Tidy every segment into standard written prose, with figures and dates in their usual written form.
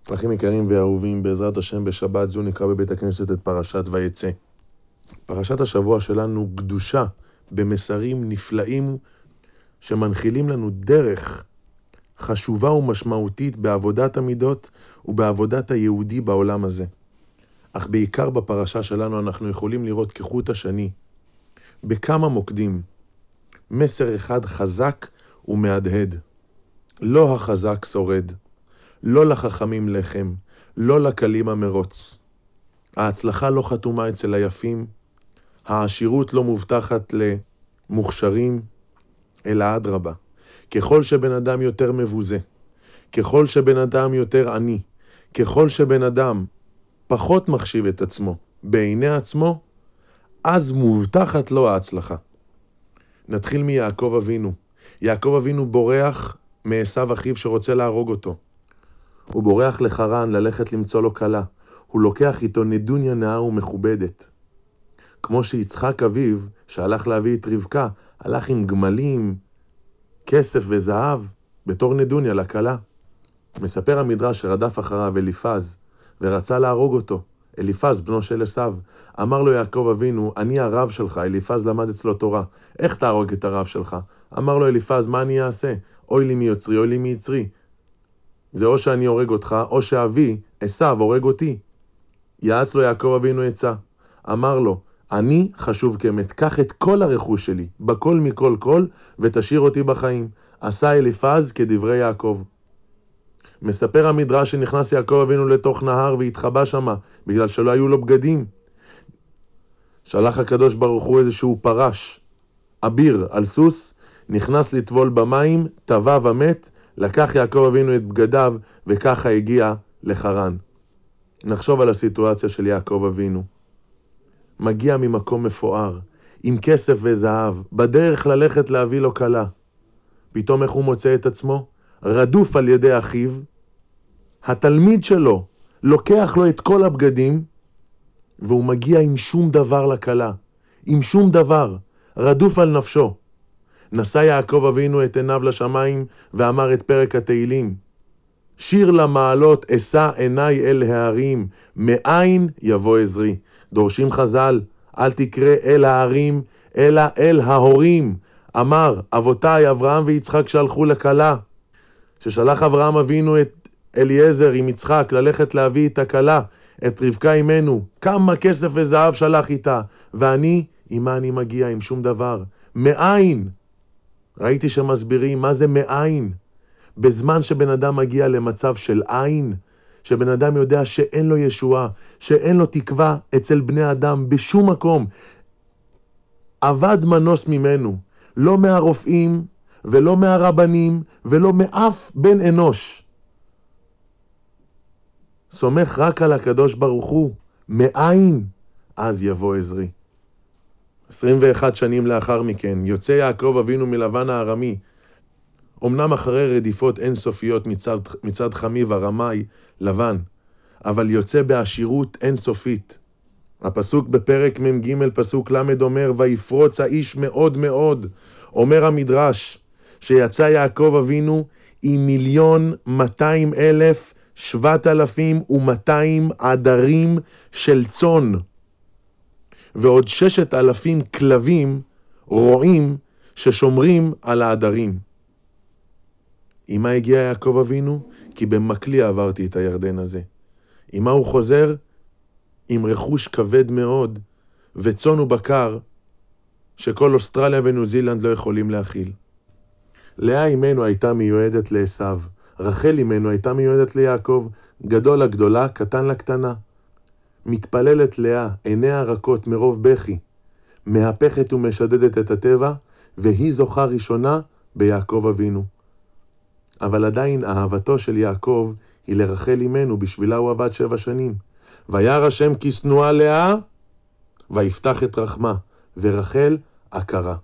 אחים יקרים ואהובים, בעזרת השם בשבת זו נקרא בבית הכנסת את פרשת ויצא. פרשת השבוע שלנו קדושה במסרים נפלאים שמנחילים לנו דרך חשובה ומשמעותית בעבודת המידות ובעבודת היהודי בעולם הזה. אך בעיקר בפרשה שלנו אנחנו יכולים לראות כחוט השני בכמה מוקדים מסר אחד חזק ומהדהד. לא החזק שורד, לא לחכמים לחם, לא לקלים המרוץ. ההצלחה לא חתומה אצל היפים, העשירות לא מובטחת למוכשרים, אלא אדרבה. ככל שבן אדם יותר מבוזה, ככל שבן אדם יותר עני, ככל שבן אדם פחות מחשיב את עצמו בעיני עצמו, אז מובטחת לו ההצלחה. נתחיל מיעקב אבינו. יעקב אבינו בורח מעשיו אחיו שרוצה להרוג אותו. הוא בורח לחרן ללכת למצוא לו כלה. הוא לוקח איתו נדוניה נאה ומכובדת. כמו שיצחק אביו, שהלך להביא את רבקה, הלך עם גמלים, כסף וזהב, בתור נדוניה לכלה. מספר המדרש שרדף אחריו אליפז, ורצה להרוג אותו. אליפז, בנו של עשיו, אמר לו יעקב אבינו, אני הרב שלך. אליפז למד אצלו תורה. איך תהרוג את הרב שלך? אמר לו אליפז, מה אני אעשה? אוי לי מיוצרי, אוי לי מיצרי. זה או שאני הורג אותך, או שאבי, עשיו, הורג אותי. יעץ לו יעקב אבינו עצה. אמר לו, אני חשוב כמת, קח את כל הרכוש שלי, בכל מכל כל, ותשאיר אותי בחיים. עשה אליפז כדברי יעקב. מספר המדרש שנכנס יעקב אבינו לתוך נהר והתחבא שמה, בגלל שלא היו לו בגדים. שלח הקדוש ברוך הוא איזשהו פרש, אביר על סוס, נכנס לטבול במים, טבע ומת, לקח יעקב אבינו את בגדיו, וככה הגיע לחרן. נחשוב על הסיטואציה של יעקב אבינו. מגיע ממקום מפואר, עם כסף וזהב, בדרך ללכת להביא לו כלה. פתאום איך הוא מוצא את עצמו? רדוף על ידי אחיו. התלמיד שלו לוקח לו את כל הבגדים, והוא מגיע עם שום דבר לכלה. עם שום דבר, רדוף על נפשו. נשא יעקב אבינו את עיניו לשמיים ואמר את פרק התהילים. שיר למעלות אשא עיניי אל ההרים, מאין יבוא עזרי. דורשים חז"ל, אל תקרא אל ההרים, אלא אל ההורים. אמר, אבותיי אברהם ויצחק שהלכו לכלה. ששלח אברהם אבינו את אליעזר עם יצחק ללכת להביא את הכלה, את רבקה אימנו. כמה כסף וזהב שלח איתה, ואני, עם מה אני מגיע? עם שום דבר. מאין? ראיתי שמסבירים מה זה מאין. בזמן שבן אדם מגיע למצב של עין, שבן אדם יודע שאין לו ישועה, שאין לו תקווה אצל בני אדם בשום מקום, אבד מנוס ממנו, לא מהרופאים ולא מהרבנים ולא מאף בן אנוש. סומך רק על הקדוש ברוך הוא, מאין? אז יבוא עזרי. 21 שנים לאחר מכן יוצא יעקב אבינו מלבן הארמי, אמנם אחרי רדיפות אינסופיות מצד חמיו הרמאי לבן, אבל יוצא בעשירות אינסופית. הפסוק בפרק מ"ג פסוק למד אומר, ויפרוץ האיש מאוד מאוד. אומר המדרש שיצא יעקב אבינו עם 1,200,7,200 עדרים של צאן, ועוד 6,000 כלבים רועים ששומרים על העדרים. עם מה הגיע יעקב אבינו? כי במקלי עברתי את הירדן הזה. עם מה הוא חוזר? עם רכוש כבד מאוד, וצאן ובקר, שכל אוסטרליה וניו זילנד לא יכולים להכיל. לאה אמנו הייתה מיועדת לעשיו, רחל אמנו הייתה מיועדת ליעקב, גדול לגדולה, קטן לקטנה. מתפללת לאה, עיניה רכות מרוב בכי, מהפכת ומשדדת את הטבע, והיא זוכה ראשונה ביעקב אבינו. אבל עדיין אהבתו של יעקב היא לרחל אמנו, בשבילה הוא עבד 7 שנים. וירא השם כי שנואה לאה, ויפתח את רחמה, ורחל עקרה.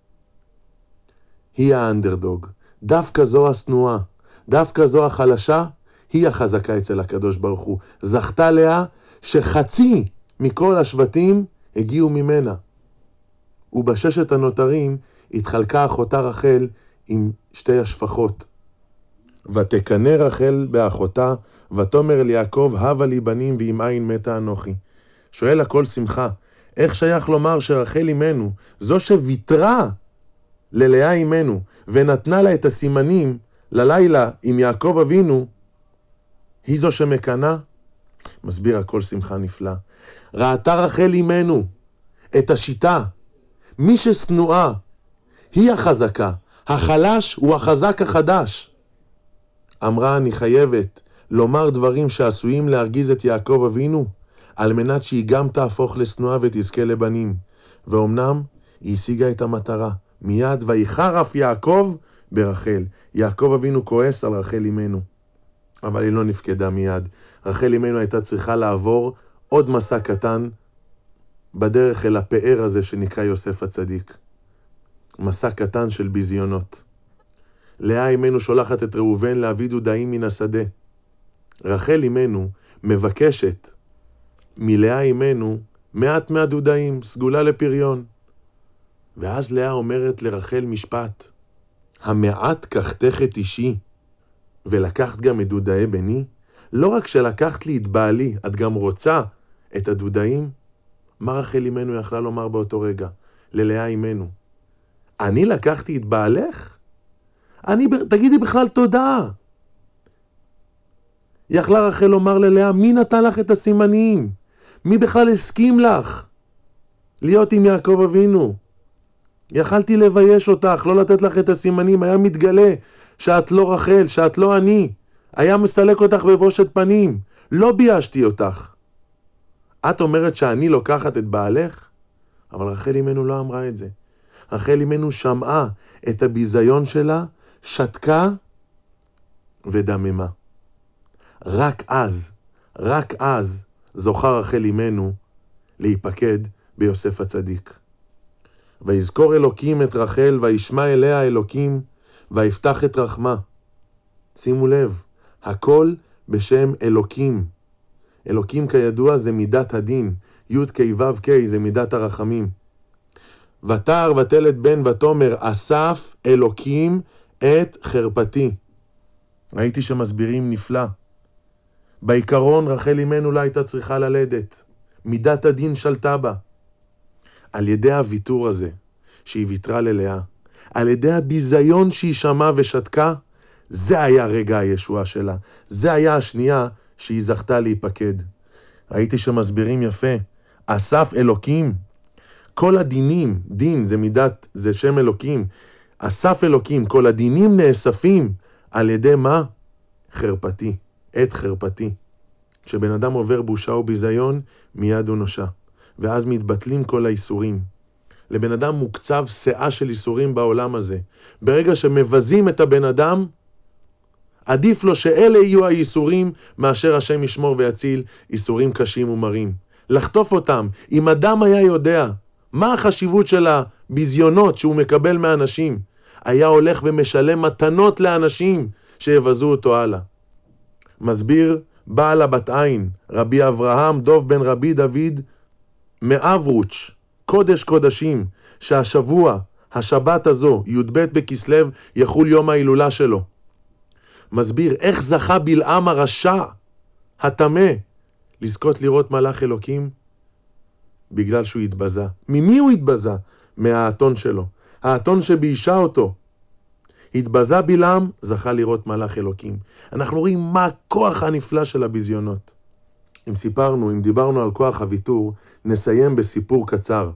היא האנדרדוג, דווקא זו השנואה, דווקא זו החלשה, היא החזקה אצל הקדוש ברוך הוא. זכתה לאה שחצי מכל השבטים הגיעו ממנה. ובששת הנותרים התחלקה אחותה רחל עם 2 השפחות. ותקנא רחל באחותה, ותאמר ליעקב, הבה לי בנים ועם עין מתה אנוכי. שואל הכל שמחה, איך שייך לומר שרחל אמנו, זו שוויתרה ללאה אמנו, ונתנה לה את הסימנים ללילה עם יעקב אבינו, היא זו שמקנאה? מסביר הכל שמחה נפלא. ראתה רחל אמנו את השיטה, מי ששנואה היא החזקה, החלש הוא החזק החדש. אמרה, אני חייבת לומר דברים שעשויים להרגיז את יעקב אבינו, על מנת שהיא גם תהפוך לשנואה ותזכה לבנים. ואומנם היא השיגה את המטרה. מיד ויחרף יעקב ברחל. יעקב אבינו כועס על רחל אמנו, אבל היא לא נפקדה מיד. רחל אמנו הייתה צריכה לעבור עוד מסע קטן בדרך אל הפאר הזה שנקרא יוסף הצדיק. מסע קטן של ביזיונות. לאה אמנו שולחת את ראובן להביא דודאים מן השדה. רחל אמנו מבקשת מלאה אמנו מעט מהדודאים, סגולה לפריון. ואז לאה אומרת לרחל משפט, המעט קחתך את אישי, ולקחת גם את דודאי בני? לא רק שלקחת לי את בעלי, את גם רוצה את הדודאים? מה רחל אמנו יכלה לומר באותו רגע? ללאה אמנו, אני לקחתי את בעלך? תגידי בכלל תודה. יכלה רחל לומר ללאה, מי נתן לך את הסימנים? מי בכלל הסכים לך להיות עם יעקב אבינו? יכלתי לבייש אותך, לא לתת לך את הסימנים, היה מתגלה שאת לא רחל, שאת לא אני. היה מסלק אותך בבושת פנים, לא ביישתי אותך. את אומרת שאני לוקחת את בעלך? אבל רחל אמנו לא אמרה את זה. רחל אמנו שמעה את הביזיון שלה, שתקה ודממה. רק אז זוכה רחל אמנו להיפקד ביוסף הצדיק. ויזכור אלוקים את רחל, וישמע אליה אלוקים, ויפתח את רחמה. שימו לב, הכל בשם אלוקים. אלוקים כידוע זה מידת הדין, י' כ' ו' כ' זה מידת הרחמים. ותער ותלת בן ותאמר, אסף אלוקים את חרפתי. ראיתי שמסבירים נפלא. בעיקרון רחל אמנו לא הייתה צריכה ללדת. מידת הדין שלטה בה. על ידי הוויתור הזה שהיא ויתרה ללאה, על ידי הביזיון שהיא שמעה ושתקה, זה היה רגע הישועה שלה. זה היה השנייה שהיא זכתה להיפקד. ראיתי שמסבירים יפה. אסף אלוקים. כל הדינים, דין זה מידת, זה שם אלוקים. אסף אלוקים, כל הדינים נאספים על ידי מה? חרפתי, את חרפתי. כשבן אדם עובר בושה וביזיון, מיד הוא נושע. ואז מתבטלים כל האיסורים. לבן אדם מוקצב שאה של איסורים בעולם הזה. ברגע שמבזים את הבן אדם, עדיף לו שאלה יהיו האיסורים, מאשר השם ישמור ויציל איסורים קשים ומרים. לחטוף אותם. אם אדם היה יודע מה החשיבות של הביזיונות שהוא מקבל מאנשים, היה הולך ומשלם מתנות לאנשים שיבזו אותו הלאה. מסביר בעל הבת עין, רבי אברהם דוב בן רבי דוד מאברוץ', קודש קודשים, שהשבוע, השבת הזו, י"ב בכסלו, יחול יום ההילולה שלו. מסביר איך זכה בלעם הרשע, הטמא, לזכות לראות מלאך אלוקים, בגלל שהוא התבזה. ממי הוא התבזה? מהאתון שלו. האתון שבאישה אותו. התבזה בלעם, זכה לראות מלאך אלוקים. אנחנו רואים מה הכוח הנפלא של הביזיונות. אם דיברנו על כוח הוויתור, נסיים בסיפור קצר.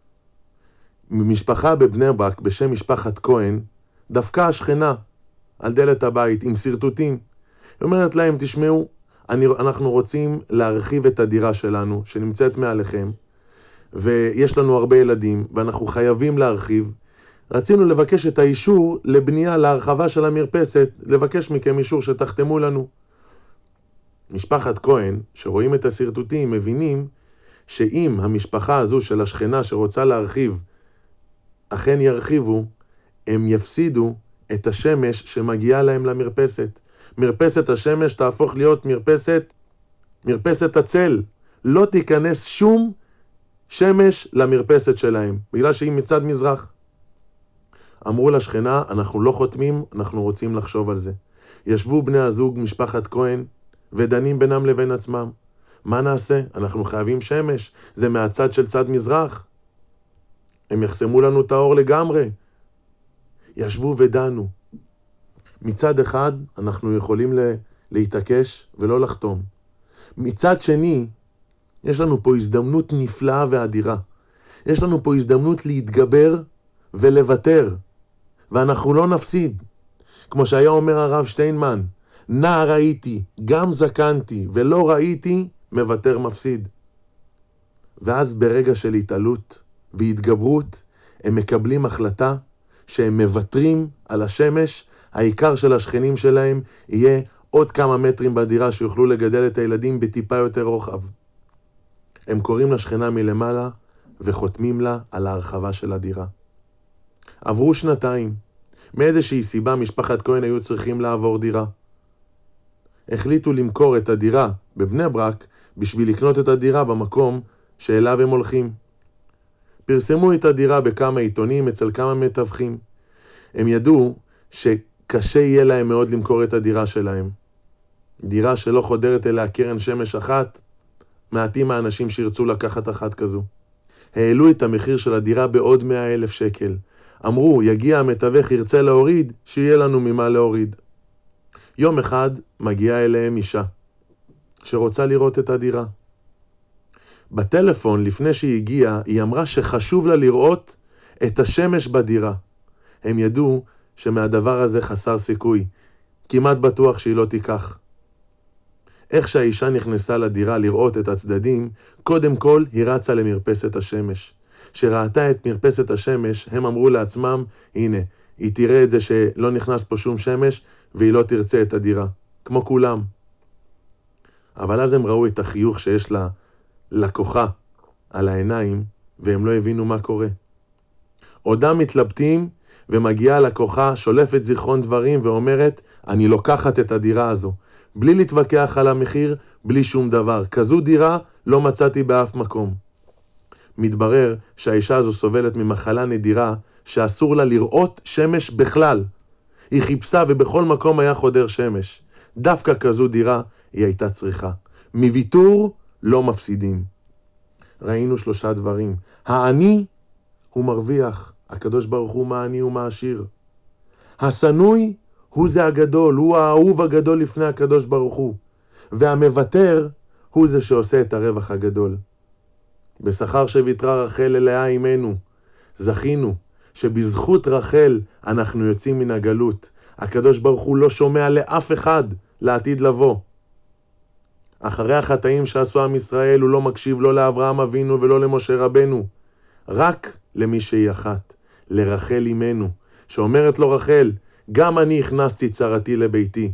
משפחה בבני ברק בשם משפחת כהן, דווקא השכנה על דלת הבית עם סרטוטים. היא אומרת להם, תשמעו, אנחנו רוצים להרחיב את הדירה שלנו שנמצאת מעליכם, ויש לנו הרבה ילדים ואנחנו חייבים להרחיב. רצינו לבקש את האישור לבנייה להרחבה של המרפסת, לבקש מכם אישור שתחתמו לנו. משפחת כהן, שרואים את הסרטוטים, מבינים שאם המשפחה הזו של השכנה שרוצה להרחיב, אכן ירחיבו, הם יפסידו את השמש שמגיעה להם למרפסת. מרפסת השמש תהפוך להיות מרפסת הצל. לא תיכנס שום שמש למרפסת שלהם, בגלל שהיא מצד מזרח. אמרו לשכנה, אנחנו לא חותמים, אנחנו רוצים לחשוב על זה. ישבו בני הזוג משפחת כהן ודנים בינם לבין עצמם. מה נעשה? אנחנו חייבים שמש, זה מהצד של צד מזרח. הם יחסמו לנו את האור לגמרי. ישבו ודנו. מצד אחד אנחנו יכולים להתעקש ולא לחתום. מצד שני, יש לנו פה הזדמנות נפלאה ואדירה. יש לנו פה הזדמנות להתגבר ולוותר, ואנחנו לא נפסיד. כמו שהיה אומר הרב שטיינמן, נער הייתי, גם זקנתי, ולא ראיתי, מוותר מפסיד. ואז ברגע של התעלות והתגברות, הם מקבלים החלטה שהם מוותרים על השמש, העיקר של השכנים שלהם יהיה עוד כמה מטרים בדירה שיוכלו לגדל את הילדים בטיפה יותר רוחב. הם קוראים לשכנה מלמעלה וחותמים לה על ההרחבה של הדירה. עברו שנתיים. מאיזושהי סיבה משפחת כהן היו צריכים לעבור דירה. החליטו למכור את הדירה בבני ברק בשביל לקנות את הדירה במקום שאליו הם הולכים. פרסמו את הדירה בכמה עיתונים אצל כמה מתווכים. הם ידעו שקשה יהיה להם מאוד למכור את הדירה שלהם. דירה שלא חודרת אליה קרן שמש אחת, מעטים האנשים שירצו לקחת אחת כזו. העלו את המחיר של הדירה בעוד 100,000 שקל. אמרו, יגיע המתווך ירצה להוריד, שיהיה לנו ממה להוריד. יום אחד מגיעה אליהם אישה שרוצה לראות את הדירה. בטלפון לפני שהיא הגיעה, היא אמרה שחשוב לה לראות את השמש בדירה. הם ידעו שמהדבר הזה חסר סיכוי. כמעט בטוח שהיא לא תיקח. איך שהאישה נכנסה לדירה לראות את הצדדים, קודם כל היא רצה למרפסת השמש. שראתה את מרפסת השמש, הם אמרו לעצמם, הנה, היא תראה את זה שלא נכנס פה שום שמש, והיא לא תרצה את הדירה, כמו כולם. אבל אז הם ראו את החיוך שיש לה לקוחה על העיניים, והם לא הבינו מה קורה. עודם מתלבטים, ומגיעה לקוחה, שולפת זיכרון דברים, ואומרת, אני לוקחת את הדירה הזו. בלי להתווכח על המחיר, בלי שום דבר. כזו דירה לא מצאתי באף מקום. מתברר שהאישה הזו סובלת ממחלה נדירה, שאסור לה לראות שמש בכלל. היא חיפשה ובכל מקום היה חודר שמש. דווקא כזו דירה היא הייתה צריכה. מוויתור לא מפסידים. ראינו 3 דברים. העני הוא מרוויח. הקדוש ברוך הוא מה עני ומה עשיר. הסנוי הוא זה הגדול, הוא האהוב הגדול לפני הקדוש ברוך הוא. והמוותר הוא זה שעושה את הרווח הגדול. בשכר שוויתרה רחל אליה אימנו, זכינו שבזכות רחל אנחנו יוצאים מן הגלות. הקדוש ברוך הוא לא שומע לאף אחד לעתיד לבוא. אחרי החטאים שעשו עם ישראל הוא לא מקשיב לא לאברהם אבינו ולא למשה רבנו. רק למי שהיא אחת, לרחל אימנו, שאומרת לו רחל, גם אני הכנסתי צרתי לביתי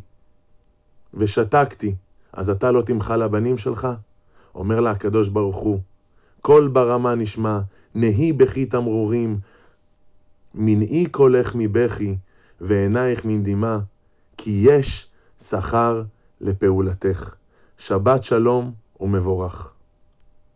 ושתקתי, אז אתה לא תמחה לבנים שלך? אומר לה הקדוש ברוך הוא, קול ברמה נשמע, נהי בכי תמרורים, מנעי קולך מבכי ועינייך מן דמעה, כי יש שכר לפעולתך. שבת שלום ומבורך.